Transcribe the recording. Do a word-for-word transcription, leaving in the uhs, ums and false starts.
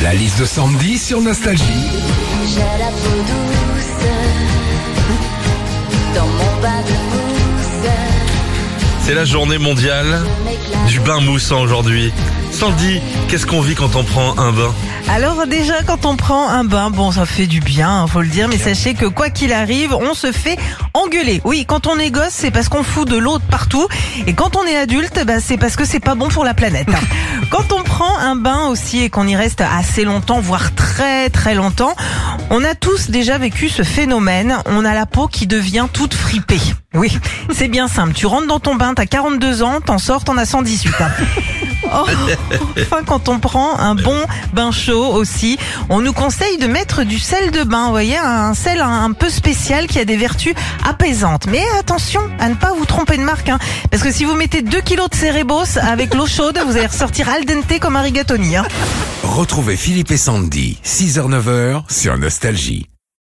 La liste de Sandy sur Nostalgie. J'ai la peau douce dans mon bain de mousse. C'est la journée mondiale du bain moussant aujourd'hui. Sandy, qu'est-ce qu'on vit quand on prend un bain? Alors déjà, quand on prend un bain, bon, ça fait du bien, faut le dire, mais sachez que quoi qu'il arrive, on se fait engueuler. Oui, quand on est gosse, c'est parce qu'on fout de l'eau de partout, et quand on est adulte, bah, c'est parce que c'est pas bon pour la planète. Quand on prend un bain aussi et qu'on y reste assez longtemps, voire très très longtemps, on a tous déjà vécu ce phénomène. On a la peau qui devient toute fripée. Oui, c'est bien simple. Tu rentres dans ton bain, t'as quarante-deux ans, t'en sors, t'en as cent dix-huit. Oh, enfin, quand on prend un bon bain chaud aussi, on nous conseille de mettre du sel de bain, vous voyez, un sel un, un peu spécial qui a des vertus apaisantes. Mais attention à ne pas vous tromper de marque, hein, parce que si vous mettez deux kilos de Cerebos avec l'eau chaude, vous allez ressortir al dente comme un rigatoni. Hein. Retrouvez Philippe et Sandy, six heures neuf heures sur Nostalgie.